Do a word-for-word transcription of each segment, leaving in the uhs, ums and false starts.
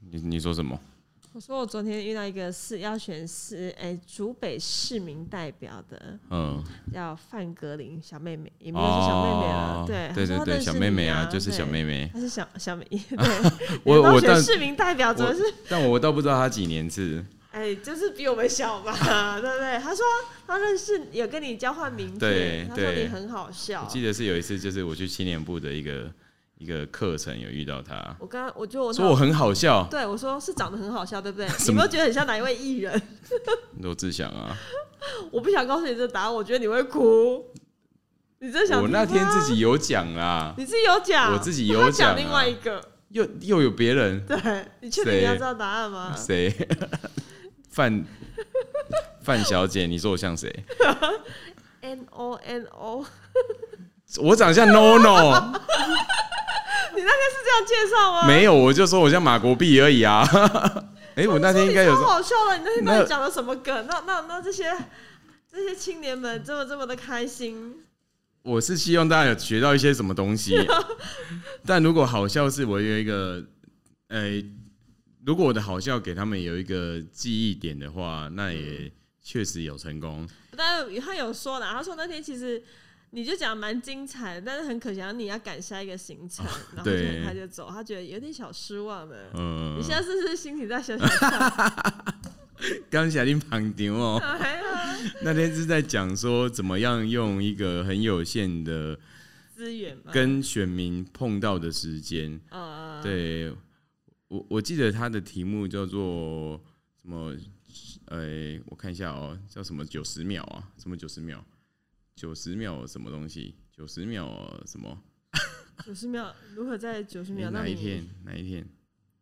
你你说什么？ 我说我昨天遇到一个是要选市，哎、欸，竹北市民代表的，嗯，叫范格林小妹妹，也没有是小妹妹了，哦、对， 对对对，小妹妹啊，就是小妹妹， 她是小小妹，对， 我我选市民代表主要是， 但我倒不知道她几年次， 哎、欸，就是比我们小嘛，对不对？他说他认识有跟你交换名片，他说你很好笑， 我记得是有一次，就是我去青年部的一个。一个课程有遇到他， 我刚我觉得我说我很好笑， 对我说是长得很好笑，对不对？你有没有觉得很像哪一位艺人？ 罗志祥啊！ 我不想告诉你这答案，我觉得你会哭。你真想？ 我那天自己有讲啦， 你自己有讲， 我自己有讲、啊。 另外一个又又有别人， 对你确定你要知道答案吗？ 谁？范范小姐，你说我像谁 ？N O N O。 我长相 No No。 你那天是这样介绍吗？ 没有，我就说我像马国碧而已啊。哎、欸，我那天应该有说。 好笑了，你那天到底讲了什么梗？那那那这些这些青年们这么这么的开心。 我是希望大家有学到一些什么东西，但如果好笑是我有一个，呃、欸，如果我的好笑给他们有一个记忆点的话，那也确实有成功。 但他有说啦，他说那天其实。你就讲蛮精彩的，但是很可惜，你要赶下一个行程，然后就他就走，他觉得有点小失望的。嗯，你现在是不是心情在小小跳？ 刚才你旁听哦，那天是在讲说怎么样用一个很有限的资源跟选民碰到的时间。嗯，对，我我记得他的题目叫做什么？呃、欸，我看一下哦，叫什么九十秒啊？什么九十秒？九十秒什么东西？九十秒什么？ 九十秒如何在九十秒？ 哪一天？哪一天？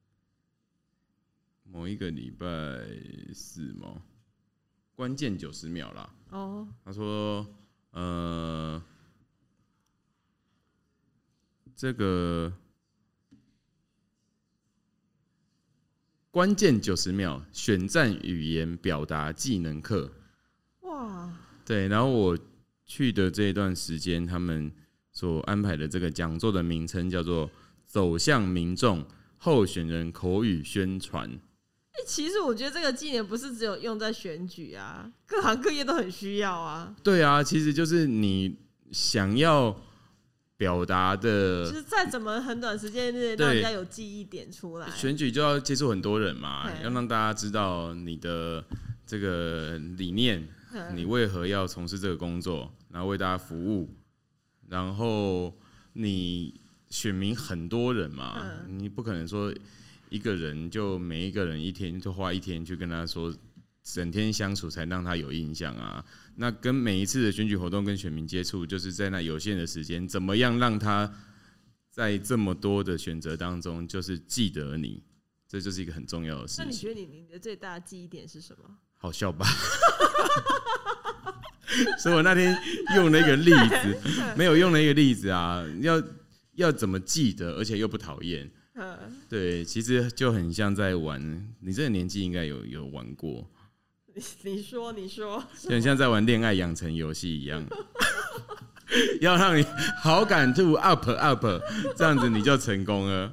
某一个礼拜四吗？关键九十秒啦。哦。他说，呃，这个关键九十秒选战语言表达技能课。哇。对，然后我。去的这一段时间，他们所安排的这个讲座的名称叫做“走向民众候选人口语宣传”。 欸，其实我觉得这个技能不是只有用在选举啊，各行各业都很需要啊。 对啊，其实就是你想要表达的， 就是再怎么很短时间内让人家有记忆点出来。 选举就要接触很多人嘛，要让大家知道你的这个理念。你为何要从事这个工作？然后为大家服务，然后你选民很多人嘛，嗯、你不可能说一个人就每一个人一天就花一天去跟他说，整天相处才让他有印象啊。那跟每一次的选举活动跟选民接触，就是在那有限的时间，怎么样让他在这么多的选择当中，就是记得你，这就是一个很重要的事情。 那你觉得你你的最大的记忆点是什么？ 好笑吧？所以我那天用了一个例子，没有用了一个例子啊，要要怎么记得，而且又不讨厌。对，其实就很像在玩，你这个年纪应该有有玩过。 你说，你说， 就很像在玩恋爱养成游戏一样，要让你好感度 up up， 这样子你就成功了。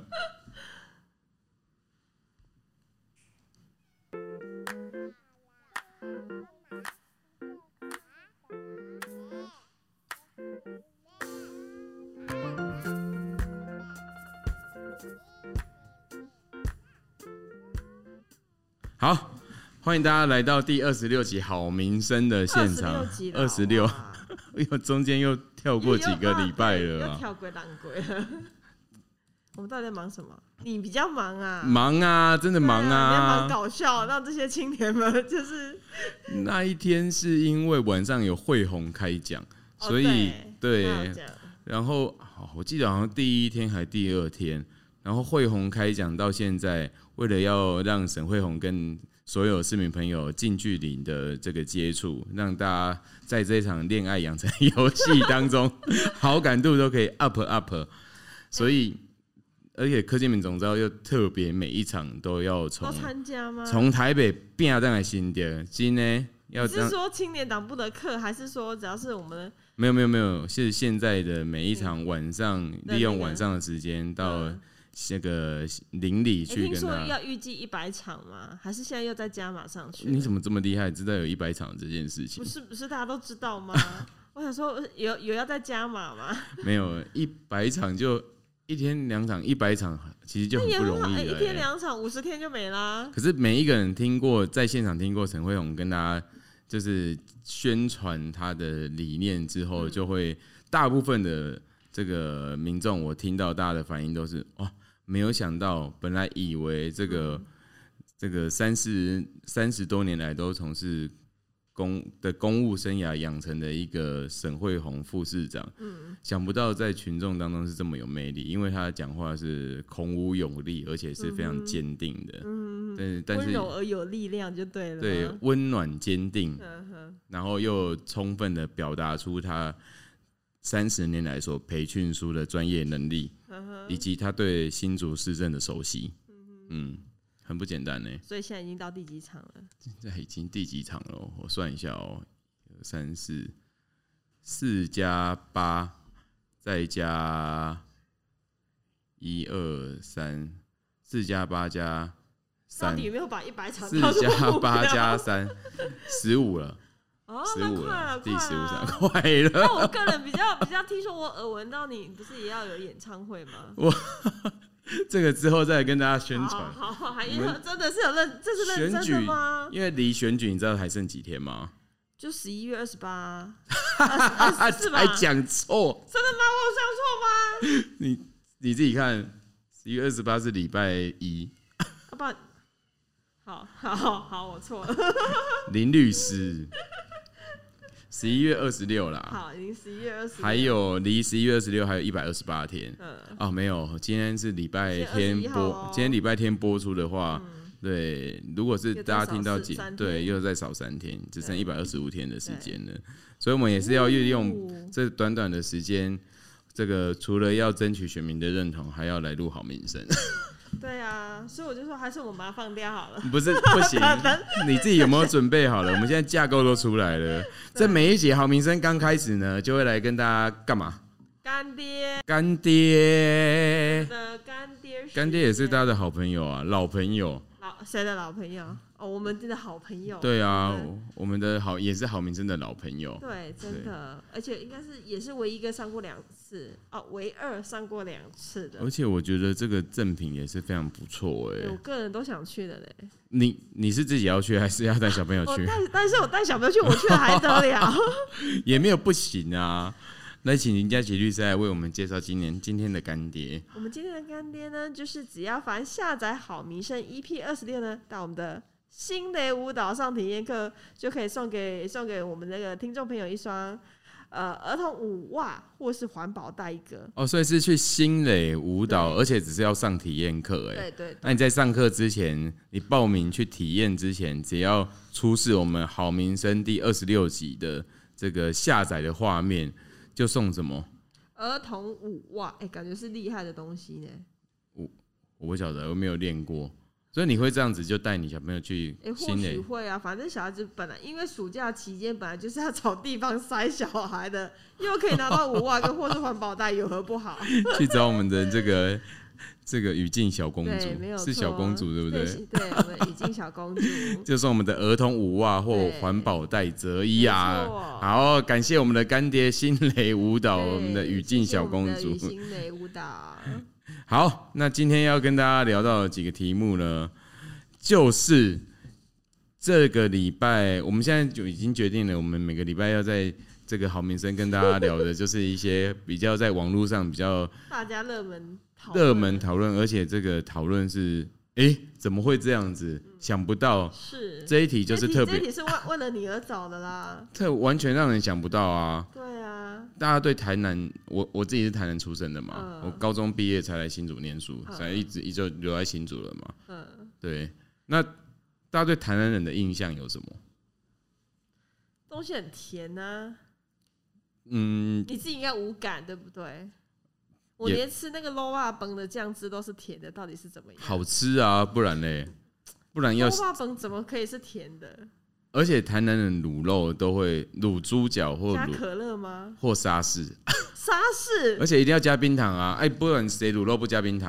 好，欢迎大家来到第二十六集好民生的现场。二十六，因为中间又跳过几个礼拜了、啊， 又跳归浪归了。我们到底在忙什么？你比较忙啊， 忙啊，真的忙啊， 你还蛮搞笑，让这些青年们就是。 那一天是因为晚上有慧红开讲，所以、哦、对，对然后我记得好像第一天还第二天，然后慧红开讲到现在。为了要让沈慧虹跟所有市民朋友近距离的这个接触，让大家在这场恋爱养成游戏当中，好感度都可以 up up， 所以而且柯建铭总召又特别每一场都要从参加吗？ 从台北变到来新店，今呢要是说青年党部的课，还是说只要是我们的？ 没有没有没有，是现在的每一场晚上利用晚上的时间到。 那个邻里去跟他。 听说要预计一百场吗？还是现在又再加码上去？ 你怎么这么厉害，知道有一百场这件事情？ 不是不是大家都知道吗？我想说有有要再加码吗？ 没有，一百场就一天两场，一百场其实就很不容易了、欸。 一天两场，五十天就没啦。 可是每一个人听过，在现场听过陈慧虹跟大家就是宣传他的理念之后，就会大部分的这个民众，我听到大家的反应都是哦。没有想到，本来以为这个、嗯、这个三十三十多年来都从事公的公务生涯养成的一个沈慧虹副市长，嗯、想不到在群众当中是这么有魅力，因为他讲话是孔武有力，而且是非常坚定的，嗯、但是但是温柔而有力量就对了， 对，温暖坚定，嗯、然后又充分的表达出他三十年来所培训出的专业能力。以及他对新竹市政的熟悉，嗯，很不简单呢。 所以现在已经到第几场了？ 现在已经第几场了？我算一下哦，三四四加八，再加一二三，四加八加三， 到底有没有把一百场？ 四加八加三，十五了。 哦，那快了， 第十五场快了。 那我个人比较比较听说，我耳闻到你不是也要有演唱会吗？ 我这个之后再跟大家宣传。 好，好，还真的是有认，这是认真的吗？ 因为离选举你知道还剩几天吗？ 就十一月二十八，二十四吧？ 还讲错？ 真的吗？我有讲错吗？ 你你自己看，十一月二十八是礼拜一。 好吧，好好好，我错了。 林律师。十一月二十六啦， 好，已经十一月二十六， 还有离十一月二十六还有一百二十八天。嗯，哦，没有，今天是礼拜天播，哦、今天礼拜天播出的话，嗯、对，如果是大家听到几，对，又再少三天，只剩一百二十五天的时间了。所以我们也是要利用这短短的时间，这个除了要争取选民的认同，还要来录好民生。 对啊，所以我就说，还是我们把它放掉好了。 不是不行，你自己有没有准备好了？我们现在架构都出来了。这每一集好民生刚开始呢，就会来跟大家干嘛？ 干爹， 干爹的干爹， 干爹也是大家的好朋友啊，老朋友。 老谁的老朋友？哦，我们的好朋友。 对啊，我们的好也是好民生的老朋友。 对，真的，而且应该是也是唯一一个上过两次哦，唯二上过两次的。 而且我觉得这个赠品也是非常不错哎、欸， 我个人都想去的嘞。 你你是自己要去，还是要带小朋友去？ 但但是我带小朋友去，我去了还得了？ 也没有不行啊。来，请林佳琪律师来为我们介绍今年今天的干爹。 我们今天的干爹呢，就是只要凡下载好民生 E P 二十六呢，到我们的新雷舞蹈上体验课，就可以送给送给我们那个听众朋友一双呃儿童舞袜或是环保袋一个。 哦，所以是去新雷舞蹈，而且只是要上体验课哎。 对 对, 对。 那你在上课之前，你报名去体验之前，只要出示我们好民生第二十六集的这个下载的画面。就送什么？ 儿童舞袜，哎、欸，感觉是厉害的东西呢。 我我不晓得，我没有练过，所以你会这样子就带你小朋友去？ 哎、欸，或许会啊，反正小孩子本来因为暑假期间本来就是要找地方塞小孩的，又可以拿到舞袜跟或是环保袋，有何不好？ 去找我们的这个。这个语境小公主是小公主对不对？ 对，对我们语境小公主就是我们的儿童舞袜或环保袋折衣啊。好，感谢我们的干爹新雷舞蹈，我们的语境小公主。 新雷舞蹈。 好，那今天要跟大家聊到的几个题目呢，就是这个礼拜，我们现在就已经决定了，我们每个礼拜要在这个好民生跟大家聊的，就是一些比较在网络上比较大家热门。 热门讨论，而且这个讨论是，哎、欸，怎么会这样子？嗯、想不到， 是这一题就是特别， 这一题是为为了你而找的啦， 这完全让人想不到啊！ 对啊， 大家对台南，我我自己是台南出生的嘛，嗯、我高中毕业才来新竹念书，才、嗯、一直一直留在新竹了嘛。嗯，对，那大家对台南人的印象有什么？ 东西很甜啊， 嗯， 你自己应该无感，对不对？我连吃那个肉霸崩的酱汁都是甜的，到底是怎么样？ 好吃啊，不然嘞，不然要肉霸崩怎么可以是甜的？ 而且台南人卤肉都会卤猪脚或加可乐吗？ 或沙士， 沙士， 而且一定要加冰糖啊！哎，不然谁卤肉不加冰糖？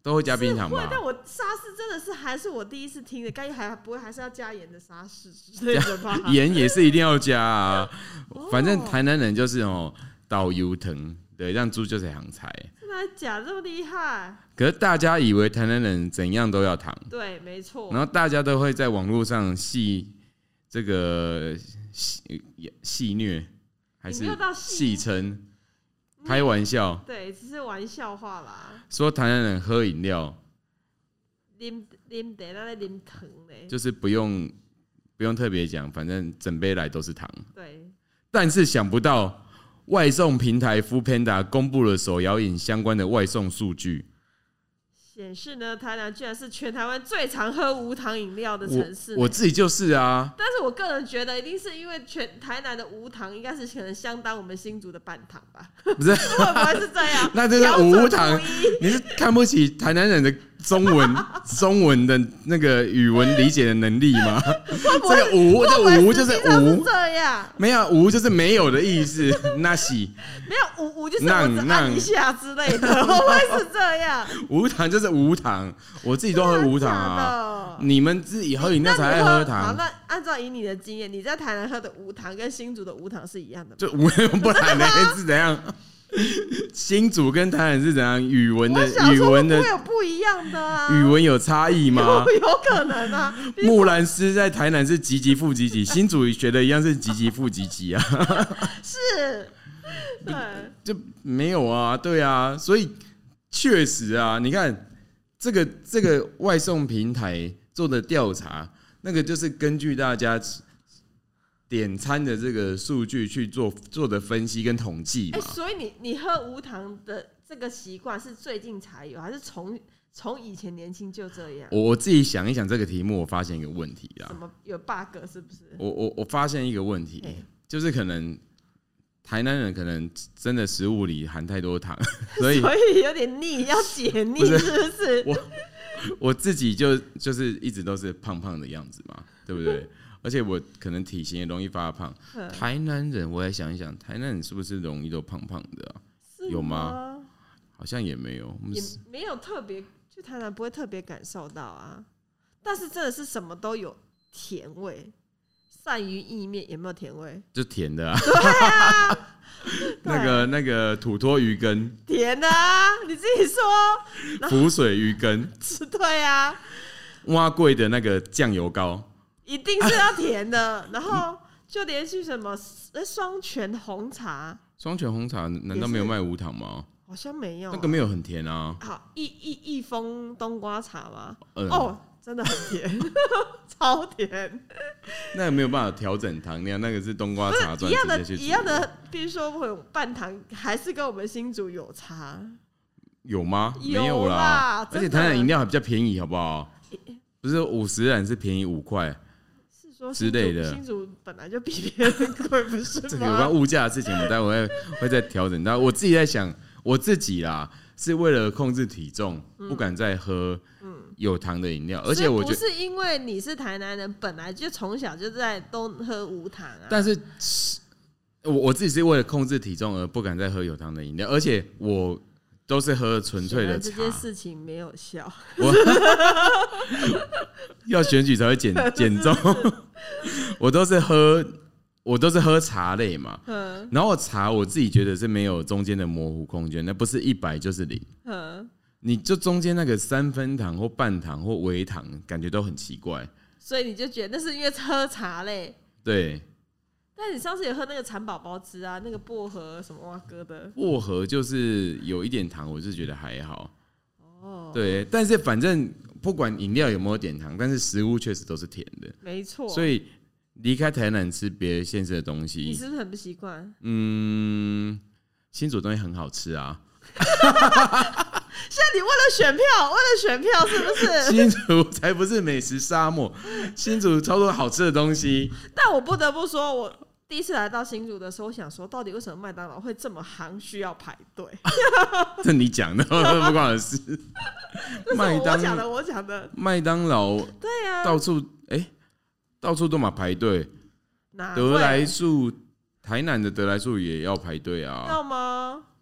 都会加冰糖吧？ 但我沙士真的是还是我第一次听的，该还不会还是要加盐的沙士之类的吧？ 盐也是一定要加啊，哦、反正台南人就是哦倒油糖，对，让猪就是行菜。 真的假的这么厉害？ 可是大家以为台南人怎样都要糖，对， 没错。 然后大家都会在网络上戏这个戏虐，还是戏称？开玩笑， 对，只是玩笑话啦。 说台南人喝饮料， 啉啉茶，那在啉糖嘞， 就是不用不用特别讲，反正整杯来都是糖。 对， 但是想不到外送平台 Foodpanda 公布了手摇饮相关的外送数据。 显示呢，台南居然是全台湾最常喝无糖饮料的城市。 我, 我自己就是啊， 但是我个人觉得，一定是因为全台南的无糖应该是可能相当我们新竹的半糖吧？ 不是， 会不会是这样？ 那就是无糖，你是看不起台南人的中文中文的那个语文理解的能力吗？这个无，这无就是无， 这样没有无就是没有的意思，那是没有无无就是我只按一下之类的，会不会是这样？ 无糖就是无糖，我自己都喝无糖啊。你们自己喝饮料才爱喝糖。 好，那按照以你的经验，你在台南喝的无糖跟新竹的无糖是一样的吗？ 就无不然呢是怎样？新竹跟台南是怎样？语文的语文的会有不一样的啊？ 语文有差异吗？ 有, 有可能啊。 木兰诗在台南是急急复急急，新竹学的一样是急急复急急啊。 是，对， 就没有啊，对啊，所以确实啊，你看这个这个外送平台做的调查，那个就是根据大家点餐的这个数据去做做的分析跟统计嘛、 欸、所以你你喝无糖的这个习惯是最近才有，还是从从以前年轻就这样？ 我我自己想一想这个题目，我发现一个问题啦。 什么有 bug 是不是？ 我我我发现一个问题，就是可能台南人可能真的食物里含太多糖，所以所以有点腻，要解腻是不是？ 我我自己就就是一直都是胖胖的样子嘛，对不对？而且我可能体型也容易发胖。台南人，我来想一想，台南人是不是容易都胖胖的、啊？有吗？好像也没有， 也没有特别去台南不会特别感受到啊。但是真的是什么都有甜味，鳝鱼意面有没有甜味？ 就甜的啊。 对啊。 那个那个土托鱼羹， 甜的啊，你自己说。 浮水鱼羹， 对啊。 蛙贵的那个酱油膏。 一定是要甜的，然后就连续什么双全红茶， 双全红茶难道没有卖无糖吗？ 好像没有、啊， 那个没有很甜啊。 好，益益益丰冬瓜茶吗？ 嗯、 哦，真的很甜，超甜。 那个没有办法调整糖量，那个是冬瓜茶专一样的， 一样的，比如说会有半糖，还是跟我们新竹有差？ 有吗？ 有没有啦，而且台南饮料还比较便宜，好不好？不是五十人是便宜五块。之类的， 新竹本来就比别人贵，不是吗？ 这个有关物价的事情，我们待会会会再调整。但我自己在想，我自己啦，是为了控制体重，嗯、不敢再喝有糖的饮料。嗯、而且我觉得不是因为你是台南人，本来就从小就在都喝无糖啊。 但是我我自己是为了控制体重而不敢再喝有糖的饮料，而且我都是喝纯粹的茶。 这件事情没有效。 要选举才会减减重。我都是喝，我都是喝茶类嘛。然后茶我自己觉得是没有中间的模糊空间，那不是一百就是零。你就中间那个三分糖或半糖或微糖，感觉都很奇怪。 所以你就觉得那是因为喝茶类。 对。 但你上次有喝那个蚕宝宝汁啊，那个薄荷什么哇哥的。 薄荷就是有一点糖，我是觉得还好。哦。对，但是反正。不管饮料有没有点糖，但是食物确实都是甜的， 没错。所以离开台南吃别的县市的东西， 你是不是很不习惯？ 嗯，新竹东西很好吃啊。 现在你为了选票，为了选票是不是？ 新竹才不是美食沙漠，新竹超多好吃的东西。 但我不得不说，我第一次来到新竹的时候，我想说，到底为什么麦当劳会这么行，需要排队？ 这你讲的，不关我的事。 麦当我讲的，我讲的。 麦当劳， 对啊， 到处哎、欸，到处都嘛排队。德来树，台南的德来树也要排队啊？ 要吗？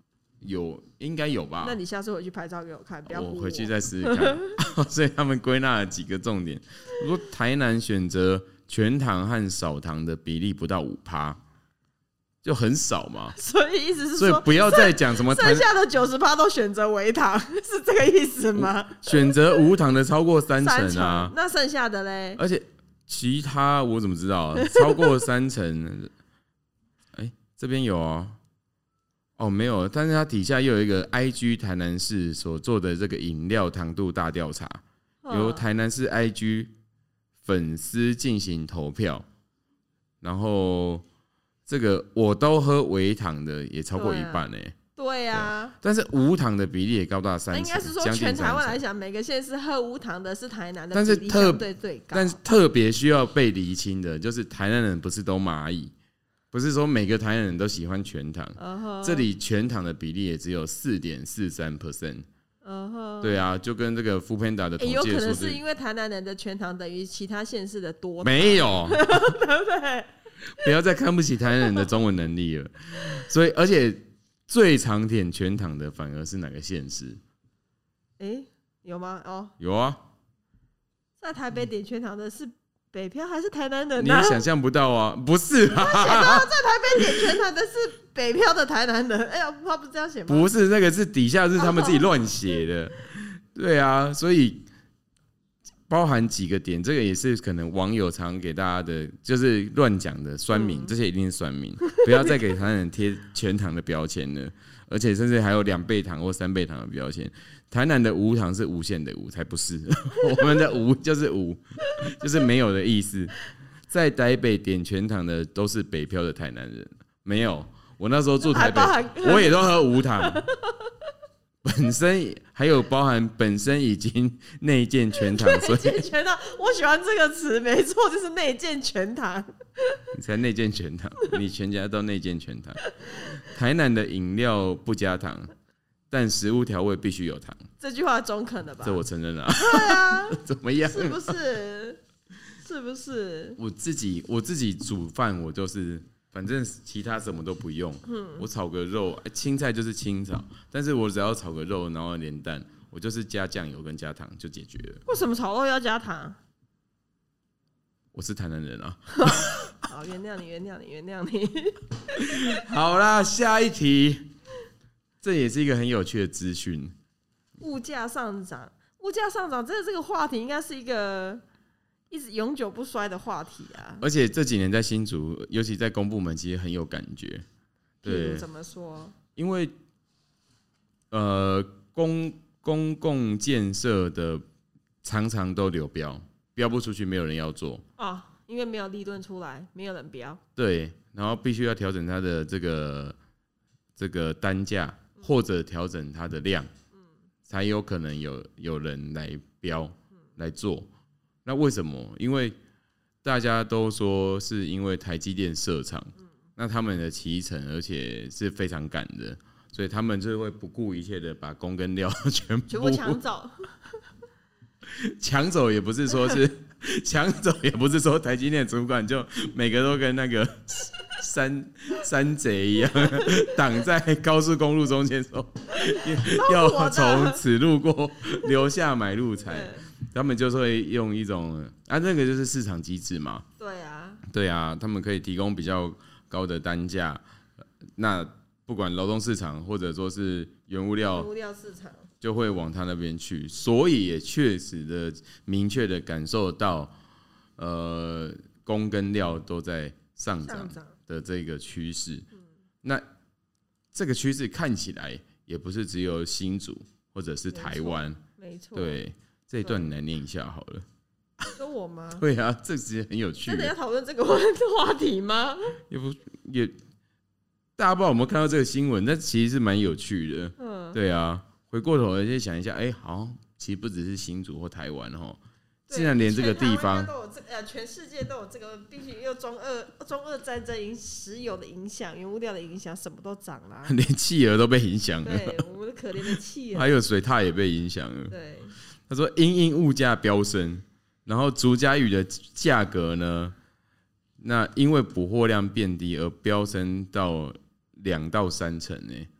有，应该有吧？ 那你下次回去拍照给我看，不要唬我。 我回去再试试看。所以他们归纳了几个重点。我说台南选择全糖和少糖的比例不到五趴，就很少嘛。 所以意思是说， 所以不要再讲什么剩下的九十趴都选择微糖，是这个意思吗？ 选择无糖的超过三成啊， 那剩下的嘞？ 而且其他我怎么知道、啊？超过三成，哎、欸，这边有哦。哦，没有，但是它底下又有一个 I G 台南市所做的这个饮料糖度大调查，由台南市 I G 粉丝进行投票，然后这个我都喝微糖的也超过一半呢、欸。 对啊， 对，但是无糖的比例也高达三成， 应该是说全台湾来讲，每个县市喝无糖的是台南的比例相对最高， 但是特别需要被厘清的就是台南人不是都蚂蚁。不是说每个台南人都喜欢全糖， uh-huh. 这里全糖的比例也只有 百分之四点四三。Uh-huh. 对啊，就跟这个 Foodpanda 的统计数字、欸、 有可能是因为台南人的全糖等于其他县市的多， 没有， 对不对？ 不要再看不起台南人的中文能力了。所以，而且最常点全糖的反而是哪个县市？ 哎、欸，有吗？哦， 有啊， 在台北点全糖的是北漂还是台南人、啊？ 你也想象不到啊，不是啊？ 写到在台北点全糖的是北漂的台南人，哎呀，他不是这样写吗？ 不是，那个是底下是他们自己乱写的， oh. 对啊，所以包含几个点，这个也是可能网友常给大家的，就是乱讲的酸民、嗯，这些一定是酸民，不要再给台南人贴全糖的标签了，而且甚至还有两倍糖或三倍糖的标签。台南的无糖是无限的无，才不是。我们的无就是无，就是没有的意思。在台北点全糖的都是北漂的台南人，没有。我那时候住台北，我也都喝无糖。本身还有包含本身已经内建全糖，所以内建全糖，我喜欢这个词，没错，就是内建全糖。 你才内建全糖，你全家都内建全糖。台南的饮料不加糖。但食物调味必须有糖， 这句话中肯的吧？ 这我承认了、啊。 对啊， 怎么样？ 是不是？是不是？ 我自己我自己煮饭，我就是反正其他什么都不用。嗯、我炒个肉，青菜就是清炒，但是我只要炒个肉，然后连蛋，我就是加酱油跟加糖就解决了。 为什么炒肉要加糖？ 我是台南人啊。 好，原谅你，原谅你，原谅你。 好啦，下一题。这也是一个很有趣的资讯。 物价上涨，物价上涨，这这个话题应该是一个一直永久不衰的话题啊。 而且这几年在新竹，尤其在公部门，其实很有感觉。对， 怎么说？ 因为呃，公公共建设的常常都流标，标不出去，没有人要做哦，因为没有利润出来，没有人标。 对，然后必须要调整它的这个这个单价。或者调整它的量，才有可能有有人来标来做。那为什么？因为大家都说是因为台积电设厂，那他们的期程而且是非常赶的，所以他们就会不顾一切的把工跟料全部全部抢走。 抢走也不是说是抢走，也不是说台积电主管就每个都跟那个。山山贼一样挡在高速公路中间说要从此路过留下买路财，他们就会用一种啊，那个就是市场机制嘛。 对啊， 对啊，他们可以提供比较高的单价，那不管劳动市场或者说是原物料， 原物料市场就会往他那边去，所以也确实的明确的感受到，呃，工跟料都在上涨的这个趋势。那这个趋势看起来也不是只有新竹或者是台湾， 没错。对， 这一段你来念一下好了。 跟我吗？ 对啊，这其实很有趣。 真的要讨论这个话题吗？ 也不也，大家不知道有没有看到这个新闻，但其实是蛮有趣的。嗯，对啊，回过头来再想一下，哎、欸，好，其实不只是新竹或台湾哈。竟然连这个地方都有这呃，全世界都有这个，并且又中俄中俄战争影石油的影响、原物料的影响，什么都涨啦， 连企鹅都被影响了。 对，我们的可怜的企鹅， 还有水獭也被影响了。 对， 他说因应物价飙升，然后竹筴鱼的价格呢，那因为捕获量变低而飙升到两到三成呢。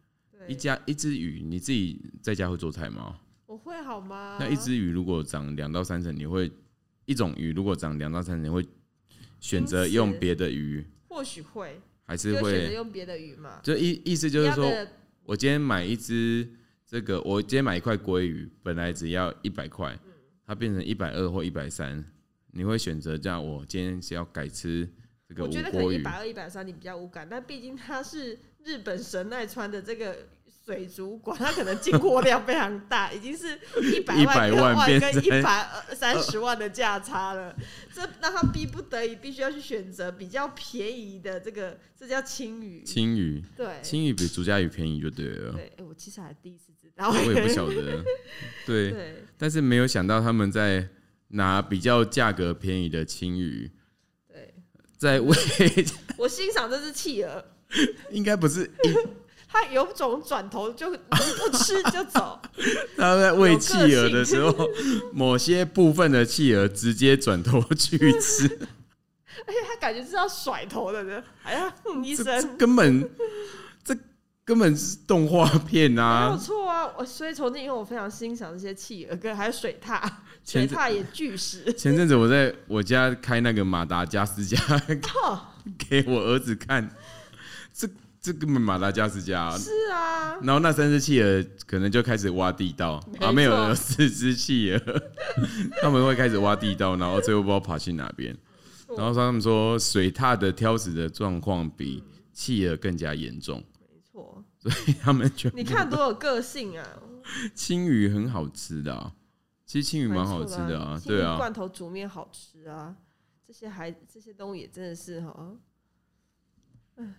一家一只鱼，你自己在家会做菜吗？ 我会好吗？ 那一只鱼如果长两到三成，你会一种鱼如果长两到三成，你会选择用别的鱼？ 或许会， 还是会选择用别的鱼嘛？ 就意意思就是说，我今天买一只这个，我今天买一块鲑鱼，本来只要一百块，它变成一百二或一百三，你会选择这样？我今天是要改吃这个无锅鱼？ 我觉得可能一百二、一百三你比较无感，但毕竟它是日本神奈川的这个水族馆，它可能进货量非常大，已经是一百万跟一百三十万的价差了。这让他逼不得已必须要去选择比较便宜的这个，这叫青鱼。 青鱼， 对， 青鱼比竹荚鱼便宜就对了。 对，欸、我其实还第一次知道， 我也不晓得。对，对，但是没有想到他们在拿比较价格便宜的青鱼，对，在喂。 我欣赏这只企鹅， 应该不是。 他有种转头就不吃就走。 他在喂企鹅的时候，某些部分的企鹅直接转头去吃， 而且他感觉是要甩头的人。哎呀，嗯一声， 这根本这根本是动画片啊！ 没有错啊，所以从今以后我非常欣赏这些企鹅，跟还有水獭，水獭也巨食。 前阵子我在我家开那个马达加斯加，给我儿子看，这。这根本马达加斯加、啊、 是啊， 然后那三只企鹅可能就开始挖地道，啊，没有有四只企鹅，他们会开始挖地道，然后最后不知道爬去哪边。然后他们说水獭的挑食的状况比企鹅更加严重， 没错， 所以他们就你看多有个性啊！ 青鱼很好吃的、啊，其实青鱼蛮好吃的啊，对啊， 罐头煮面好吃啊，这些还这些东西也真的是哈，嗯。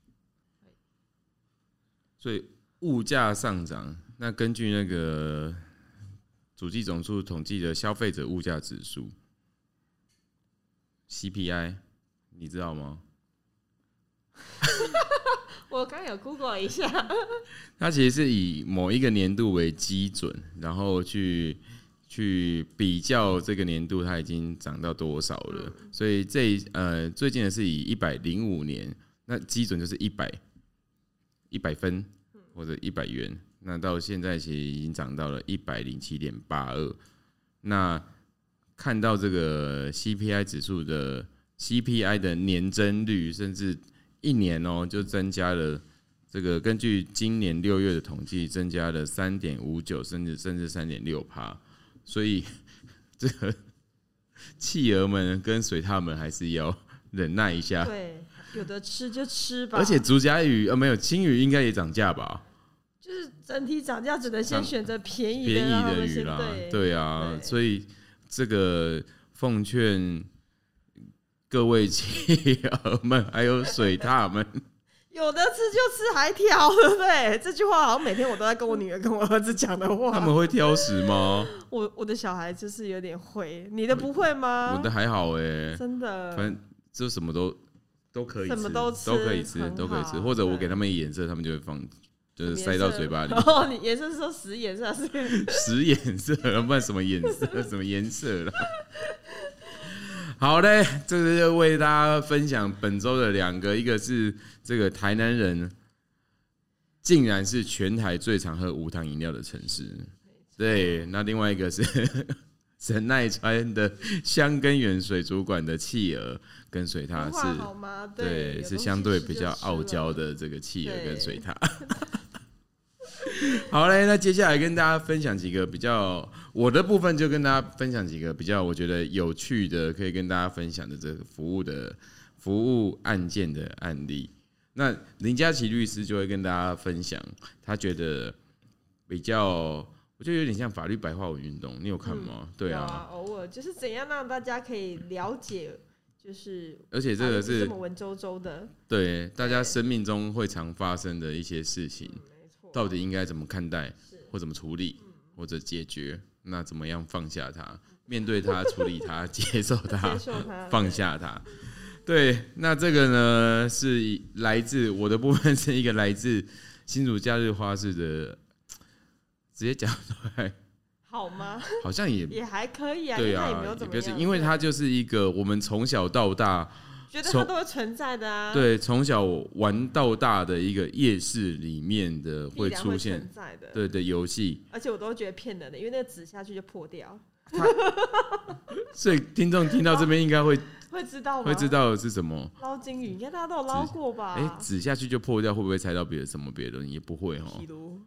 所以物价上涨，那根据那个主计总处统计的消费者物价指数 C P I， 你知道吗？ 我刚有 Google 一下， 它其实是以某一个年度为基准，然后去去比较这个年度它已经涨到多少了。所以这呃最近的是以一百零五年，那基准就是一百。一百分或者一百元，那到现在其实已经涨到了一百零七点八二。那看到这个 C P I 指数的 C P I 的年增率，甚至一年哦、喔、就增加了。这个根据今年六月的统计，增加了三点五九，甚至甚至三点六趴。所以这个企鹅们跟水獭们还是要忍耐一下。 对。有的吃就吃吧， 而且竹荚鱼呃没有青鱼应该也涨价吧？ 就是整体涨价，只能先选择便宜的便宜的鱼啦， 对, 对啊，对，所以这个奉劝各位企鹅们还有水獭们， 有的吃就吃还挑，对不对？这句话好像每天我都在跟我女儿跟我儿子讲的话。 他们会挑食吗？ 我我的小孩就是有点会，你的不会吗？ 我的还好哎、欸， 真的， 反正就什么都。都可以吃， 什么都吃， 都可以吃，都可以吃。或者我给他们颜色，他们就会放，就是塞到嘴巴里。 哦，你颜色是说实颜色是？ 实颜色，不然什么颜色？什么颜色啦？好嘞，这是就为大家分享本周的两个，一个是这个台南人，竟然是全台最常喝无糖饮料的城市。对，那另外一个是神奈川的香根源水族馆的企鹅跟水獭是，对，是相对比较傲娇的这个企鹅跟水獭。好嘞，那接下来跟大家分享几个比较，我的部分就跟大家分享几个比较我觉得有趣的，可以跟大家分享的这个服务的服务案件的案例。那林佳琪律师就会跟大家分享，他觉得比较。我觉得有点像法律白话文运动，你有看吗？嗯、对啊， 啊，偶尔就是怎样让大家可以了解，就是而且这个是这么文绉绉的， 对大家生命中会常发生的一些事情，嗯、到底应该怎么看待，或怎么处理，嗯、或者解决？那怎么样放下它？面对它，处理它，接受它，接受它放下它。对，那这个呢是来自我的部分，是一个来自新竹假日花市的。直接讲出来好吗？ 好像也也还可以啊， 对啊，也不是，因为它就是一个我们从小到大觉得它都会存在的啊。 对，从小玩到大的一个夜市里面的会出现存在的， 对的游戏， 而且我都觉得骗人的，因为那个纸下去就破掉。 所以听众听到这边应该会会知道吗？ 会知道是什么捞金鱼，应该大家都有捞过吧？ 哎，纸下去就破掉，会不会猜到别的什么别的东西？也不会哦。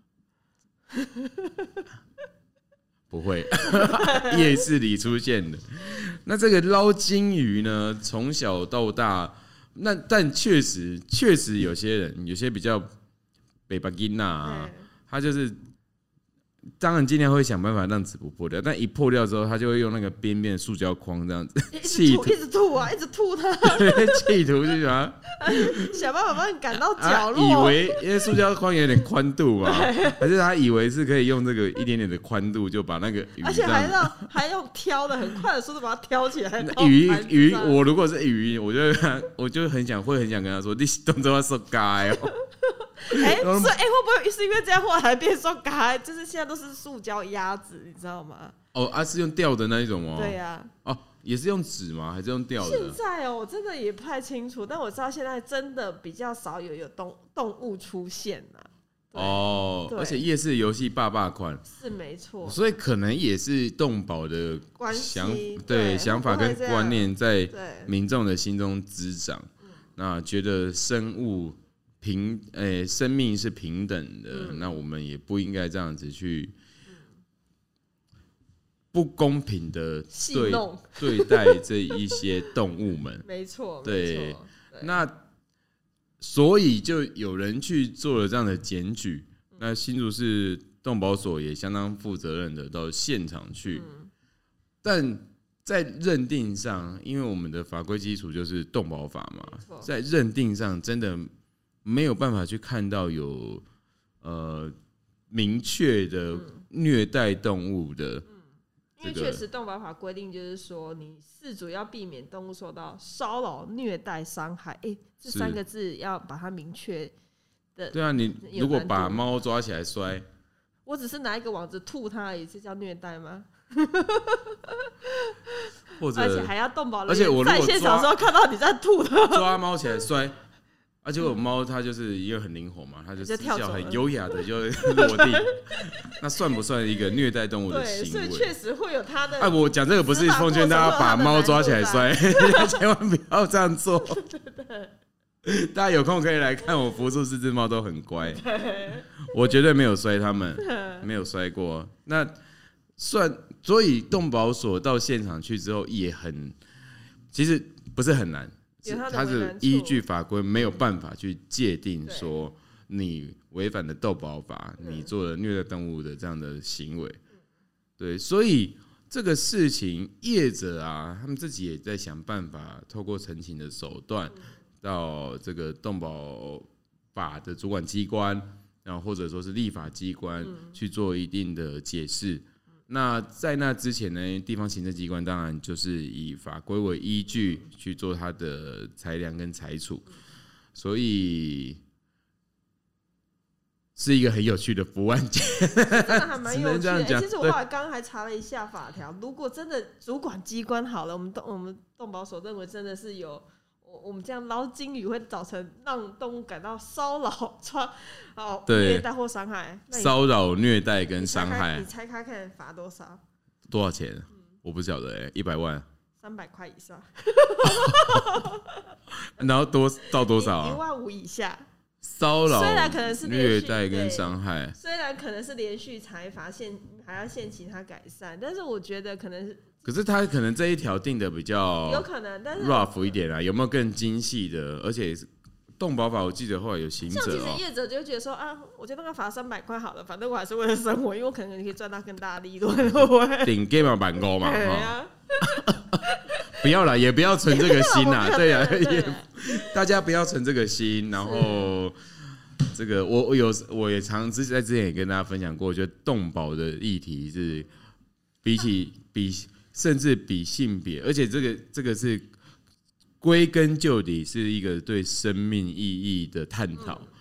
不会，夜市里出现的。那这个捞金鱼呢，从小到大，那但确实确实有些人，有些比较北巴金呐，他就是。当然尽量会想办法让纸不破掉，但一破掉之后，他就会用那个边边的塑胶框这样子， 企图一直吐啊，一直吐它， 企图就想想办法把你赶到角落。 以为因为塑胶框有点宽度嘛，还是他以为是可以用这个一点点的宽度就把那个鱼， 而且还要还用挑的很快的速度把它挑起来。 鱼鱼，我如果是鱼，我就我就很想会很想跟他说，你动作要收盖哦。 哎、欸，所以哎、欸，会不会是因为这样后来变塑胶？就是现在都是塑胶鸭子，你知道吗？ 哦，啊，是用吊的那一种哦。 对呀、啊。 哦，也是用纸吗？还是用吊的？ 现在哦，我真的也不太清楚，但我知道现在真的比较少有有动动物出现了。 哦，而且夜市游戏霸霸款是没错， 所以可能也是动保的想对想法跟观念在民众的心中滋长，那觉得生物。平诶、欸，生命是平等的、嗯，那我们也不应该这样子去不公平的对对待这一些动物们。 没错， 对，那所以就有人去做了这样的检举，嗯、那新竹市动保所也相当负责任的到现场去，嗯、但在认定上，因为我们的法规基础就是动保法嘛，在认定上真的。没有办法去看到有呃明确的虐待动物的、嗯， 因为确实动保法规定就是说，你饲主要避免动物受到骚扰、虐待、伤害。哎、欸，这三个字要把它明确的。 对啊，你如果把猫抓起来摔， 我只是拿一个网子吐它而已，这叫虐待吗？ 或者， 而且还要动保人员，而且我在现场的时候看到你在吐它， 抓猫起来摔。而且我猫它就是因为很灵活嘛，它就跳很优雅的就落地，那算不算一个虐待动物的行为？ 所以确实会有它的。 哎、啊，我讲这个不是奉劝大家把猫抓起来摔，千万不要这样做。对对，大家有空可以来看我扶住四只猫都很乖，我绝对没有摔它们，没有摔过。那算，所以动保所到现场去之后也很，其实不是很难。它是依据法规没有办法去界定说你违反了动保法，你做了虐待动物的这样的行为，对，所以这个事情业者啊，他们自己也在想办法，透过陈情的手段，到这个动保法的主管机关，然后或者说是立法机关去做一定的解释。那在那之前呢，地方行政机关当然就是以法规为依据去做它的裁量跟裁处，所以是一个很有趣的服务案件， 真的还蛮有趣的。欸、其实我后来刚刚还查了一下法条，如果真的主管机关好了，我们动我们动保所认为真的是有。我们这样捞金鱼会造成让动物感到骚扰、创哦虐待或伤害。 骚扰、虐待跟伤害， 你猜看看罚多少？ 多少钱？嗯、我不晓得哎、欸，一百万。 三百块以上。 然后多到多少、啊？ 一万五以下。 骚扰、 虽然可能是虐待跟伤害， 虽然可能是连续裁罚，限还要限其他改善，但是我觉得可能是。 可是他可能这一条定的比较有可能，但是 rough 一点啊，有没有更精细的？而且动保法我记得后来有行者、哦， 像其实业者就会觉得说啊，我就那个罚三百块好了，反正我还是为了生活，因为我可能可以赚到更大的利润，会不会？ 顶 game 版高嘛，不要啦，也不要存这个心啦，对呀、啊，也大家不要存这个心，然后。这个我我有我也常之在之前也跟大家分享过，我觉得动保的议题是比起比甚至比性别，而且这个这个是归根究底是一个对生命意义的探讨，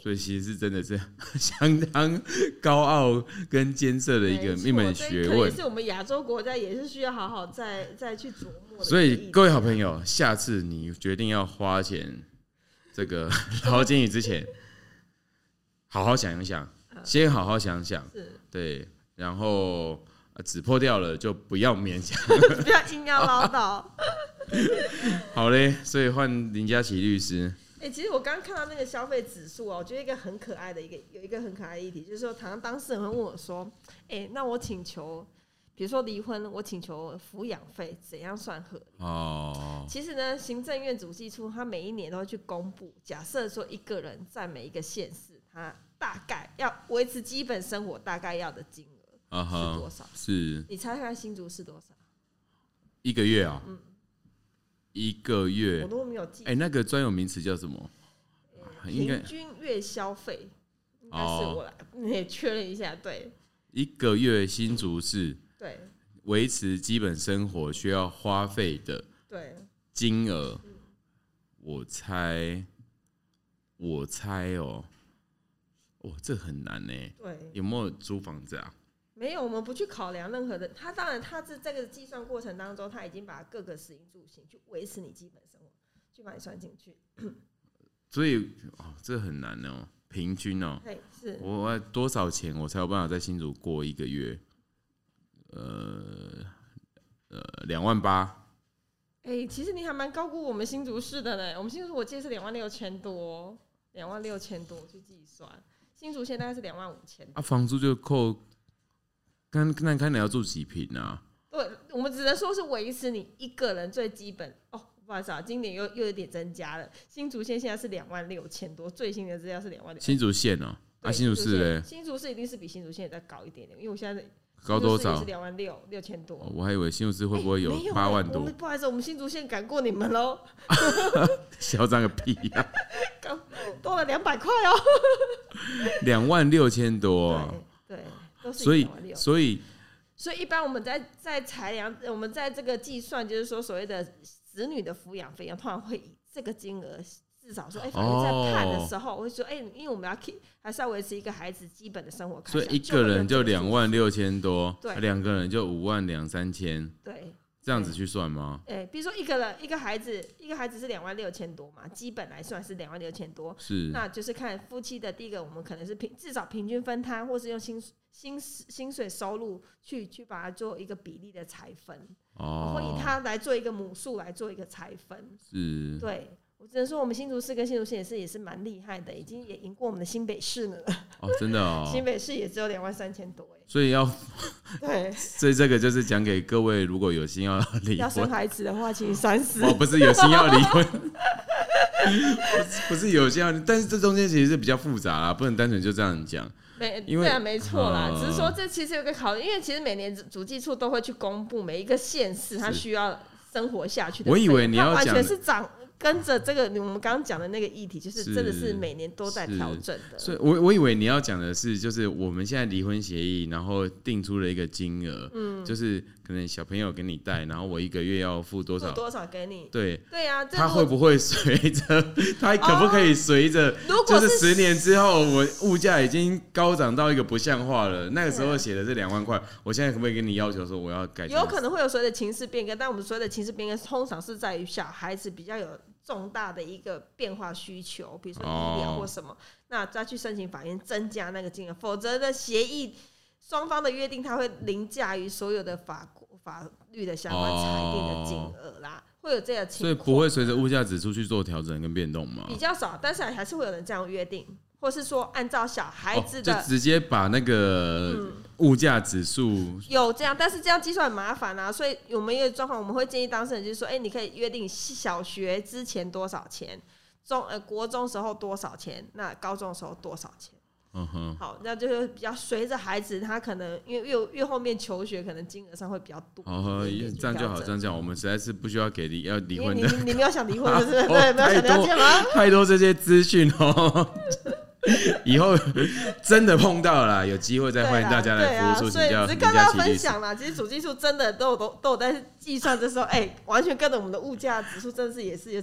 所以其实是真的是相当高傲跟艰涩的一个一门学问， 也是我们亚洲国家也是需要好好再再去琢磨的。 所以各位好朋友，下次你决定要花钱这个捞金鱼之前，好好想一想，先好好想想，对，然后纸破掉了就不要勉强， 不要硬要唠叨。 好嘞，所以换林佳琪律师。 欸、其实我刚刚看到那个消费指数啊，我觉得一个很可爱的一个有一个很可爱的议题，就是说，常常当事人会问我说：“哎、欸，那我请求，比如说离婚，我请求抚养费，怎样算合理？”哦，其实呢，行政院主计处他每一年都会去公布，假设说一个人在每一个县市，他大概要维持基本生活大概要的金额是多少？ uh-huh, 是， 你猜看新竹是多少？ 一个月啊？嗯。一个月， 我都没有记。 哎、欸，那个专有名词叫什么？ 欸、平均月消费，应该是我来，你也确认一下。对， 一个月新竹市对维持基本生活需要花费的对金额，我猜，我猜哦，哇，这很难呢。 对， 有没有租房子啊？ 没有，我们不去考量任何的。他当然，他是这个计算过程当中，他已经把各个食衣住行去维持你基本生活，去把你算进去。 所以哦，这很难哦，平均哦， 是我要多少钱我才有办法在新竹过一个月？呃呃，两万八。 哎，其实你还蛮高估我们新竹市的呢。我们新竹我记得是两万六千多，两万六千多去计算，新竹县大概是两万五千。 啊，房租就扣。看，看看你要住几坪啊？ 对，我们只能说是维持你一个人最基本哦。不好意思啊，今年又又有点增加了。新竹县现在是两万六千多，最新的资料是两万六。 新竹县哦，啊，新竹市嘞？ 新竹市一定是比新竹县再高一点点，因为我现在高多少？ 是两万六，六千多。 哦，我还以为新竹市会不会有八万多？ 欸欸、不好意思，我们新竹县赶过你们喽。 嚣张个屁呀、 啊！多了两百块哦。 两万六千多。 对。对， 所以，所以， 所以一般我们在在裁量，我们在这个计算，就是说所谓的子女的抚养费用，通常会以这个金额，至少说，哎、欸，法院在判的时候，我会说，哎、欸，因为我们要 keep， 还是要维持一个孩子基本的生活开销， 所以一个人就两万六千多， 对， 两个人就五万两三千， 对。 这样子去算吗？ 哎、欸，比如说一个人一个孩子，一个孩子是两万六千多嘛，基本来算是两万六千多， 是， 那就是看夫妻的第一个，我们可能是平至少平均分摊，或是用薪薪薪水收入去去把它做一个比例的拆分，哦，或以它来做一个母数来做一个拆分， 是， 对。我只能说，我们新竹市跟新竹县也是也是蛮厉害的，已经也赢过我们的新北市呢。 哦，真的哦， 新北市也只有两万三千多哎。 所以要对， 所以这个就是讲给各位，如果有心要离婚、 要生孩子的话，请三思。 哦，不是有心要离婚，不, 是不是有心要，但是这中间其实是比较复杂啦，不能单纯就这样讲。 没，对啊，没错啦、呃。只是说这其实有个考虑，因为其实每年主计处都会去公布每一个县市它需要生活下去的。 我以为你要讲， 完全是涨。跟着这个我们刚刚讲的那个议题，就是真的是每年都在调整的。 所以我我以为你要讲的是，就是我们现在离婚协议，然后定出了一个金额，嗯，就是可能小朋友给你带，然后我一个月要付多少， 付多少给你？ 对对啊， 他会不会随着他可不可以随着、哦，就是十年之后我物价已经高涨到一个不像话了，那个时候写的是两万块，我现在可不可以跟你要求说我要改？ 有可能会有所谓的情势变更，但我们所谓的情势变更，通常是在于小孩子比较有重大的一个变化需求，比如说医疗或什么， oh. 那再去申请法院增加那个金额，否则的协议双方的约定，它会凌驾于所有的法法律的相关裁定的金额啦， oh. 会有这个情况， 所以不会随着物价指数去做调整跟变动吗？ 比较少，但是还是会有人这样约定，或是说按照小孩子的， 哦、就直接把那个物价指数、嗯、 有这样，但是这样计算很麻烦啊，所以我们有状况，我们会建议当事人就是说，哎、欸，你可以约定小学之前多少钱，中呃国中时候多少钱，那高中的时候多少钱。嗯哼，好，那就是比较随着孩子，他可能因为越越后面求学，可能金额上会比较多。 哦，这样就好，这样讲，我们实在是不需要给离要离婚的。 你你没有想离婚是不是？对，没有想了解吗？ 太多这些资讯哦。以后真的碰到了啦，有机会再欢迎大家来服务处请教。 只是跟大家分享啦，其实主计处真的都有都都有在计算的时候，哎、欸，完全跟着我们的物价指数，真的是也是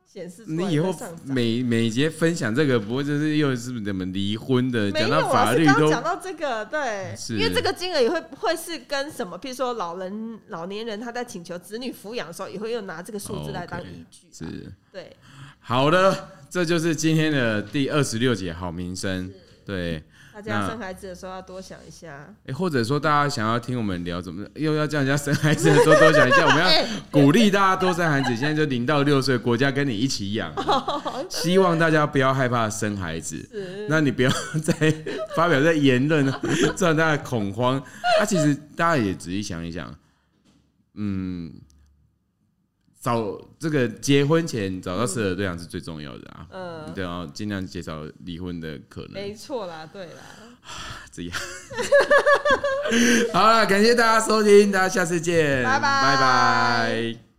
显示出来。你以后每每节分享这个，不会就是又是怎么离婚的？讲到法律都讲到这个，对，因为这个金额也会会是跟什么？譬如说老人、老年人他在请求子女抚养的时候，也会又拿这个数字来当依据。 是， 对。 好的，这就是今天的第二十六节好民生。对。 大家生孩子的时候要多想一下， 欸、或者说大家想要听我们聊怎么，又要叫人家生孩子的时候多想一下，我们要鼓励大家多生孩子。现在就零到六岁，国家跟你一起养，希望大家不要害怕生孩子。那你不要再发表这言论，造成大家恐慌。啊，其实大家也仔细想一想，嗯。找这个结婚前找到适合的对象是最重要的啊，嗯，对啊，尽量减少离婚的可能。 没错啦，对啦， 这样，好啦，感谢大家收听，大家下次见， 拜拜， 拜拜。